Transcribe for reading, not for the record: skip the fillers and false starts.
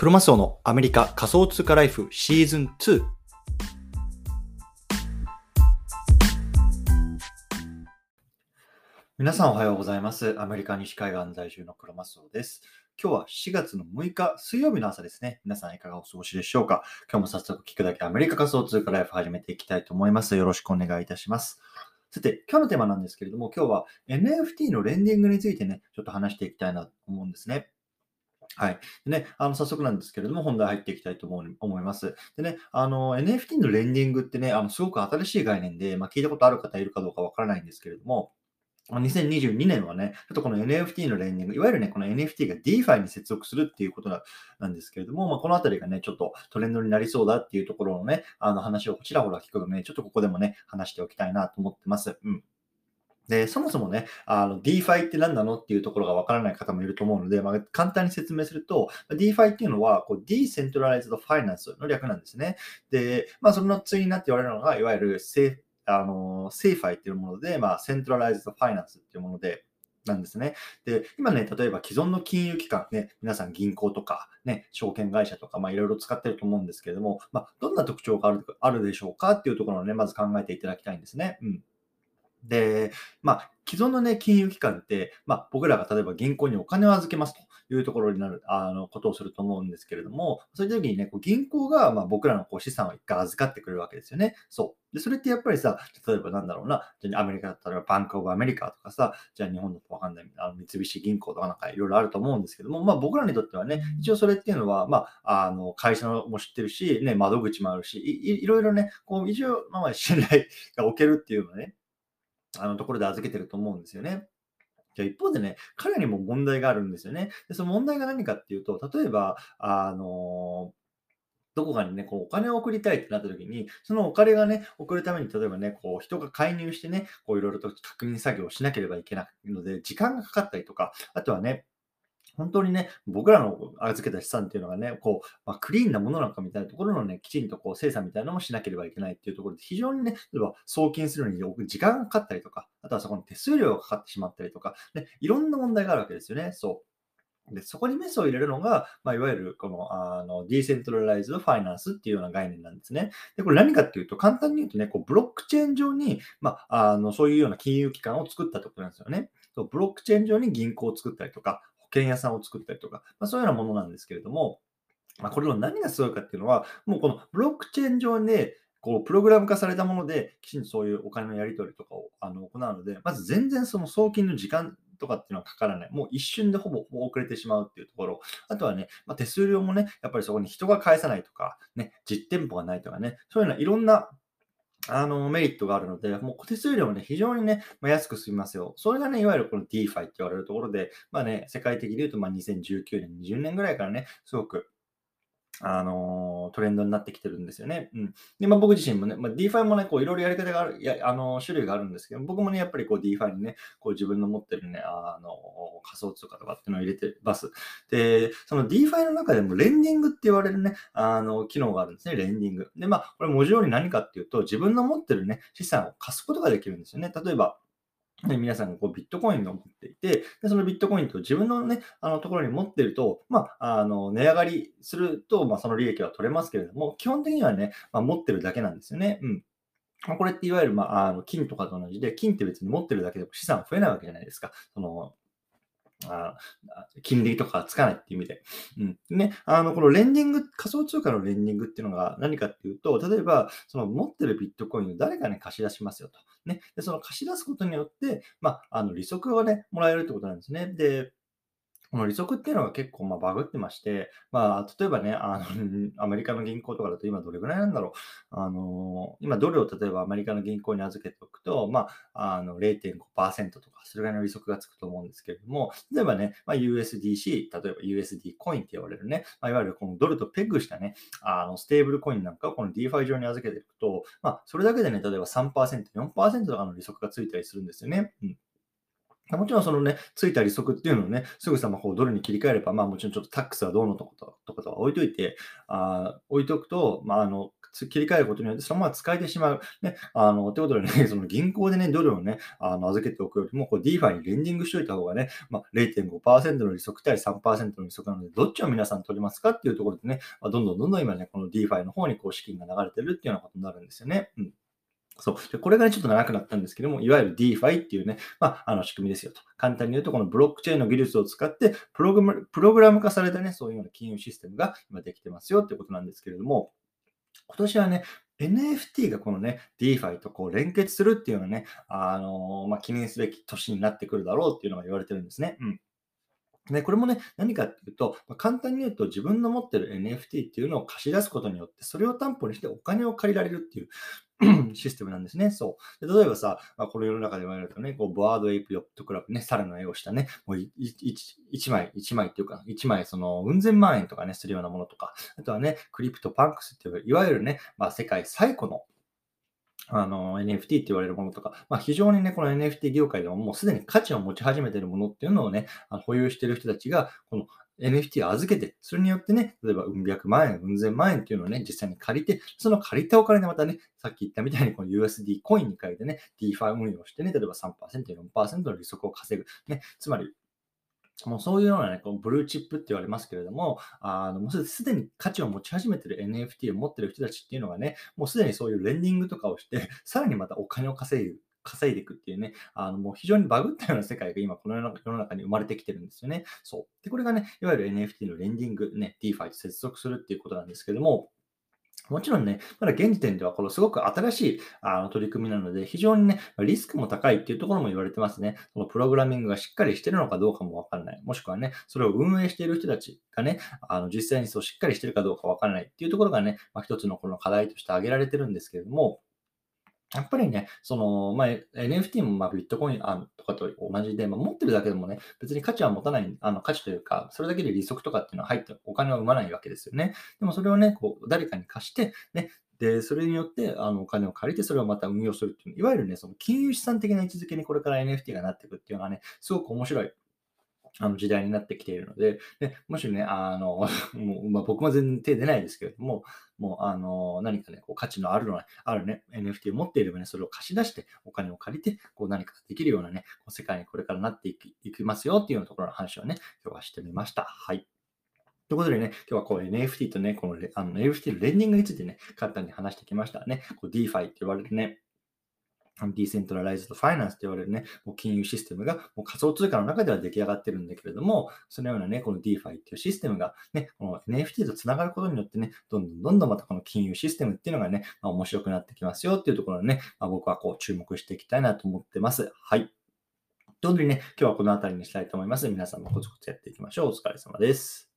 クロマスオのアメリカ仮想通貨ライフシーズン2。皆さんおはようございます。アメリカ西海岸在住のクロマスオです。今日は4月の6日水曜日の朝ですね。皆さんいかがお過ごしでしょうか。今日も早速聞くだけアメリカ仮想通貨ライフ始めていきたいと思います。よろしくお願いいたします。さて、今日のテーマなんですけれども、今日は NFT のレンディングについてね、ちょっと話していきたいなと思うんですね。はい。でね、早速なんですけれども、本題入っていきたいと思います。でね、NFT のレンディングってね、すごく新しい概念で、聞いたことある方いるかどうかわからないんですけれども、2022年はね、ちょっとこの NFT のレンディング、いわゆるね、この NFT が DeFi に接続するっていうことなんですけれども、このあたりがね、ちょっとトレンドになりそうだっていうところのね、話をちらほら聞くので、ね、ちょっとここでもね、話しておきたいなと思ってます。うん。で、そもそもね、DeFi って何なのっていうところがわからない方もいると思うので、簡単に説明すると、DeFi っていうのは、Decentralized Finance の略なんですね。で、その対になって言われるのが、いわゆるセーファイっていうもので、Centralized Finance っていうもので、なんですね。で、今ね、例えば既存の金融機関ね、皆さん銀行とかね、証券会社とか、いろいろ使ってると思うんですけれども、どんな特徴があるでしょうかっていうところをね、まず考えていただきたいんですね。うん。で、既存のね、金融機関って、僕らが例えば銀行にお金を預けますというところになる、ことをすると思うんですけれども、そういった時にね、銀行が、僕らの資産を一回預かってくれるわけですよね。そう。で、それってやっぱりさ、例えばなんだろうな、じゃあアメリカだったらバンクオブアメリカとかさ、じゃあ日本だとわかんない、三菱銀行とかなんかいろいろあると思うんですけども、僕らにとってはね、一応それっていうのは、会社も知ってるし、ね、窓口もあるし、いろいろね、一応、信頼が置けるっていうのね、ところで預けてると思うんですよね。じゃあ一方でね、彼にも問題があるんですよね。で、その問題が何かっていうと、例えば、どこかにね、お金を送りたいってなった時に、そのお金がね、送るために、例えばね、人が介入してね、いろいろと確認作業をしなければいけないので、時間がかかったりとか、あとはね、本当にね、僕らの預けた資産っていうのがね、クリーンなものなのかみたいなところのね、きちんと精査みたいなのもしなければいけないっていうところで、非常にね、例えば送金するのに時間がかかったりとか、あとはそこに手数料がかかってしまったりとか、ね、いろんな問題があるわけですよね。そう。で、そこにメスを入れるのが、いわゆるディーセントラライズドファイナンスっていうような概念なんですね。で、これ何かっていうと、簡単に言うとね、ブロックチェーン上に、そういうような金融機関を作ったところなんですよね。ブロックチェーン上に銀行を作ったりとか、保険屋さんを作ったりとか、そういうようなものなんですけれども、これの何がすごいかっていうのは、もうこのブロックチェーン上で、プログラム化されたもので、きちんとそういうお金のやり取りとかを行うので、まず全然その送金の時間とかっていうのはかからない。もう一瞬でほぼ遅れてしまうっていうところ。あとはね、手数料もね、やっぱりそこに人が返さないとか、ね、実店舗がないとかね、そういうようないろんなメリットがあるので、もう手数料もね、非常にね、安く済みますよ。それがね、いわゆるこの DeFi って言われるところで、世界的に言うと、2019年、20年ぐらいからね、すごくトレンドになってきてるんですよね。うん。で、僕自身もね、DeFi もね、いろいろやり方がある、種類があるんですけど、僕もね、やっぱりDeFi にね、自分の持ってるね、仮想通貨とかっていうのを入れてます。で、その DeFi の中でもレンディングって言われるね、機能があるんですね、レンディング。で、これ文字通り何かっていうと、自分の持ってるね、資産を貸すことができるんですよね。例えば、皆さんがビットコインを持っていて、で、そのビットコインと自分のね、ところに持っていると、値上がりすると、その利益は取れますけれども、基本的にはね、持ってるだけなんですよね。うん。これっていわゆる、金とかと同じで、金って別に持ってるだけでも資産増えないわけじゃないですか。あ金利とかつかないっていう意味で。うん。ね、このレンディング、仮想通貨のレンディングっていうのが何かっていうと、例えば、その持ってるビットコインを誰かに貸し出しますよと。ね。で、その貸し出すことによって、利息をね、もらえるってことなんですね。で、この利息っていうのが結構バグってまして、例えばね、アメリカの銀行とかだと今どれぐらいなんだろう。今ドルを例えばアメリカの銀行に預けておくと、0.5% とか、それぐらいの利息がつくと思うんですけれども、例えばね、USDC、例えば USD コインって言われるね、いわゆるこのドルとペグしたね、ステーブルコインなんかをこの DeFi 上に預けていくと、それだけでね、例えば3%、4%とかの利息がついたりするんですよね。うん。 もちろんそのね、ついた利息っていうのをね、すぐさまこうドルに切り替えれば、もちろんちょっとタックスはどうのとかは置いといて、置いとくと、切り替えることによってそのまま使えてしまう。ね、ということでね、その銀行でね、ドルをね、預けておくよりも、こう DeFi にレンディングしといた方がね、0.5% の利息対3%の利息なので、どっちを皆さん取りますかっていうところでね、どんどん今ね、この DeFi の方にこう資金が流れてるっていうようなことになるんですよね。うん。そう。で、これがね、ちょっと長くなったんですけども、いわゆる DeFi っていうね、仕組みですよと。簡単に言うと、このブロックチェーンの技術を使って、プログラム化されたね、そういうような金融システムが今できてますよっていうことなんですけれども、今年はね、NFT がこのね、DeFi とこう連結するっていうのはね、記念すべき年になってくるだろうっていうのが言われてるんですね。うん。ね、これもね、何かっていうと、簡単に言うと、自分の持ってる NFT っていうのを貸し出すことによって、それを担保にしてお金を借りられるっていうシステムなんですね。そう。で例えばさ、この世の中で言われるとね、こう、ボワードエイプヨットクラブね、猿の絵をしたね、もう一枚っていうか、一枚その、うん千万円とかね、するようなものとか、あとはね、クリプトパンクスっていう、いわゆるね、世界最古のNFT って言われるものとか、非常にね、この NFT 業界でももうすでに価値を持ち始めているものっていうのをね、保有している人たちが、この NFT を預けて、それによってね、例えばうん百万円、うん千万円っていうのをね、実際に借りて、その借りたお金でまたね、さっき言ったみたいにこの USD コインに変えてね、DeFi 運用してね、例えば3%、4%の利息を稼ぐ。ね、つまり、もうそういうようなね、こうブルーチップって言われますけれども、もうすでに価値を持ち始めている NFT を持っている人たちっていうのがね、もうすでにそういうレンディングとかをして、さらにまたお金を稼いでいくっていうね、もう非常にバグったような世界が今この世の中に生まれてきてるんですよね。そう。で、これがね、いわゆる NFT のレンディング、ね、DeFi と接続するっていうことなんですけども、もちろんね、まだ現時点ではこれすごく新しい取り組みなので、非常にね、リスクも高いっていうところも言われてますね。そのプログラミングがしっかりしてるのかどうかもわからない。もしくはね、それを運営している人たちがね、実際にそうしっかりしてるかどうかわからないっていうところがね、一つのこの課題として挙げられてるんですけれども、やっぱりね、NFT もビットコインとかと同じで、持ってるだけでもね、別に価値は持たない、価値というか、それだけで利息とかっていうのは入ってお金は生まないわけですよね。でもそれをね、こう、誰かに貸して、ね、で、それによって、お金を借りて、それをまた運用するっていう、いわゆるね、その金融資産的な位置づけにこれから NFT がなっていくっていうのはね、すごく面白い時代になってきているので、で、もしね、僕も全然手出ないですけれども、もう、何かね、こう価値のあるね、NFT を持っていればね、それを貸し出して、お金を借りて、こう何かできるようなね、こう世界にこれからなっていきますよっていうようなところの話をね、今日はしてみました。はい。ということでね、今日はこう NFT とね、このNFT のレンディングについてね、簡単に話してきましたね。こう DeFi って言われるね、ディーセントラライズドファイナンスと言われるね、もう金融システムがもう仮想通貨の中では出来上がってるんだけれども、そのようなね、この DeFi っていうシステムがね、この NFT とつながることによってね、どんどんまたこの金融システムっていうのがね、面白くなってきますよっていうところをね、僕はこう注目していきたいなと思ってます。はい。ということでね、今日はこの辺りにしたいと思います。皆さんもコツコツやっていきましょう。お疲れ様です。